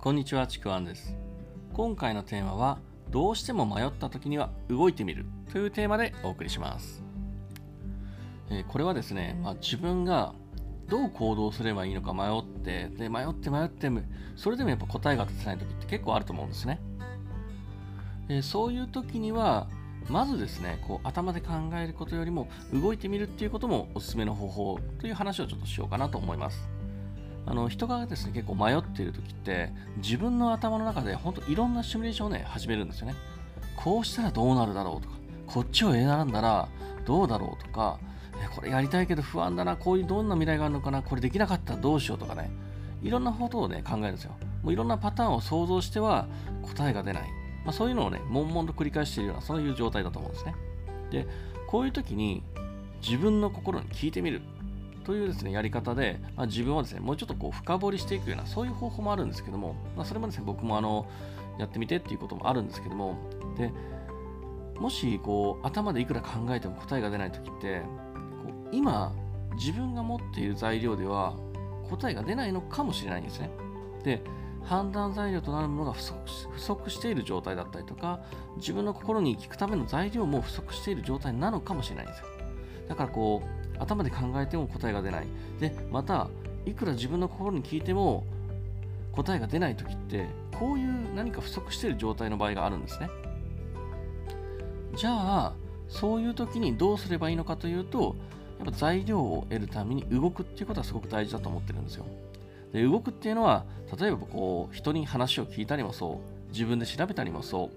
こんにちは、ちくわんです。今回のテーマは、どうしても迷った時には動いてみるというテーマでお送りします。これはですね、自分がどう行動すればいいのか迷って、それでもやっぱ答えが出せない時って結構あると思うんですね。そういう時には、まずですね、頭で考えることよりも動いてみるっていうこともおすすめの方法という話をちょっとしようかなと思います。人がですね、結構迷っている時って、自分の頭の中で本当いろんなシミュレーションをね、始めるんですよね。こうしたらどうなるだろうとか、こっちを選んだらどうだろうとか、これやりたいけど不安だな、こういうどんな未来があるのかな、これできなかったらどうしようとかね、いろんなことをね、考えるんですよ。もういろんなパターンを想像しては答えが出ない。そういうのをね、悶々と繰り返しているような、そういう状態だと思うんですね。で、こういう時に自分の心に聞いてみるというですね、やり方で、自分をですね、もうちょっと深掘りしていくような、そういう方法もあるんですけども、それもですね、僕もやってみてっていうこともあるんですけども、で、もし頭でいくら考えても答えが出ないときって、今、自分が持っている材料では答えが出ないのかもしれないんですね。で、判断材料となるものが不足している状態だったりとか、自分の心に聞くための材料も不足している状態なのかもしれないんですよ。だから頭で考えても答えが出ない。で、また、いくら自分の心に聞いても答えが出ないときって、こういう何か不足している状態の場合があるんですね。じゃあ、そういう時にどうすればいいのかというと、やっぱ材料を得るために動くっていうことはすごく大事だと思ってるんですよ。で、動くっていうのは、例えば人に話を聞いたりもそう、自分で調べたりもそう、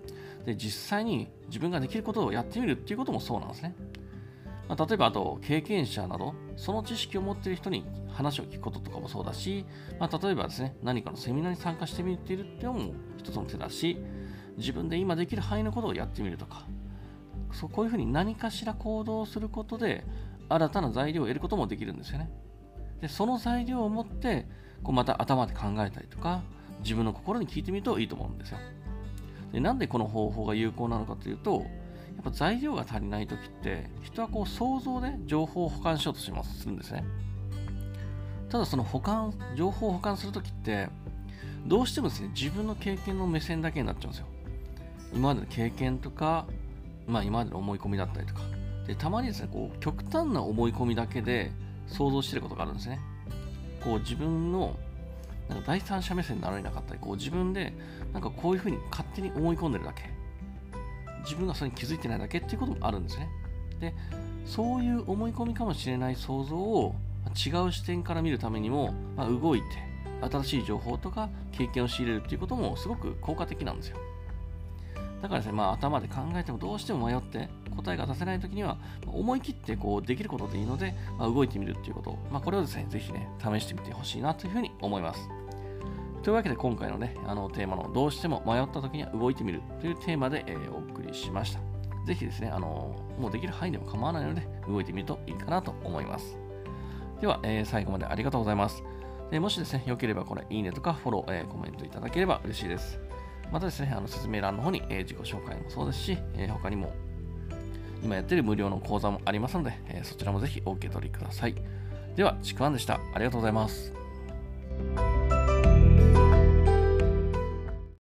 で、実際に自分ができることをやってみるっていうこともそうなんですね。例えば、あと、経験者など、その知識を持っている人に話を聞くこととかもそうだし、例えばですね、何かのセミナーに参加してみているっていうのも一つの手だし、自分で今できる範囲のことをやってみるとか、こういうふうに何かしら行動することで、新たな材料を得ることもできるんですよね。で、その材料を持って、また頭で考えたりとか、自分の心に聞いてみるといいと思うんですよ。で、なんでこの方法が有効なのかというと、やっぱ材料が足りないときって、人は想像で情報を保管しようとするんですね。ただその情報を保管するときって、どうしてもですね、自分の経験の目線だけになっちゃうんですよ。今までの経験とか、今までの思い込みだったりとか。で、たまにですね、極端な思い込みだけで想像していることがあるんですね。自分の第三者目線になられなかったり、自分でこういうふうに勝手に思い込んでるだけ。自分がそれに気づいてないだけっていうこともあるんですね。で、そういう思い込みかもしれない想像を違う視点から見るためにも、動いて新しい情報とか経験を仕入れるっていうこともすごく効果的なんですよ。だからですね、頭で考えてもどうしても迷って答えが出せないときには、思い切ってできることでいいので、動いてみるっていうこと、これをですね、ぜひね、試してみてほしいなというふうに思います。というわけで今回のね、テーマのどうしても迷ったときには動いてみるというテーマで、お送りしました。ぜひですね、もうできる範囲でも構わないので、動いてみるといいかなと思います。では、最後までありがとうございます。もしですね、良ければこれ、いいねとかフォロー、コメントいただければ嬉しいです。またですね、説明欄の方に、自己紹介もそうですし、他にも今やっている無料の講座もありますので、そちらもぜひお受け取りください。では、ちくわんでした。ありがとうございます。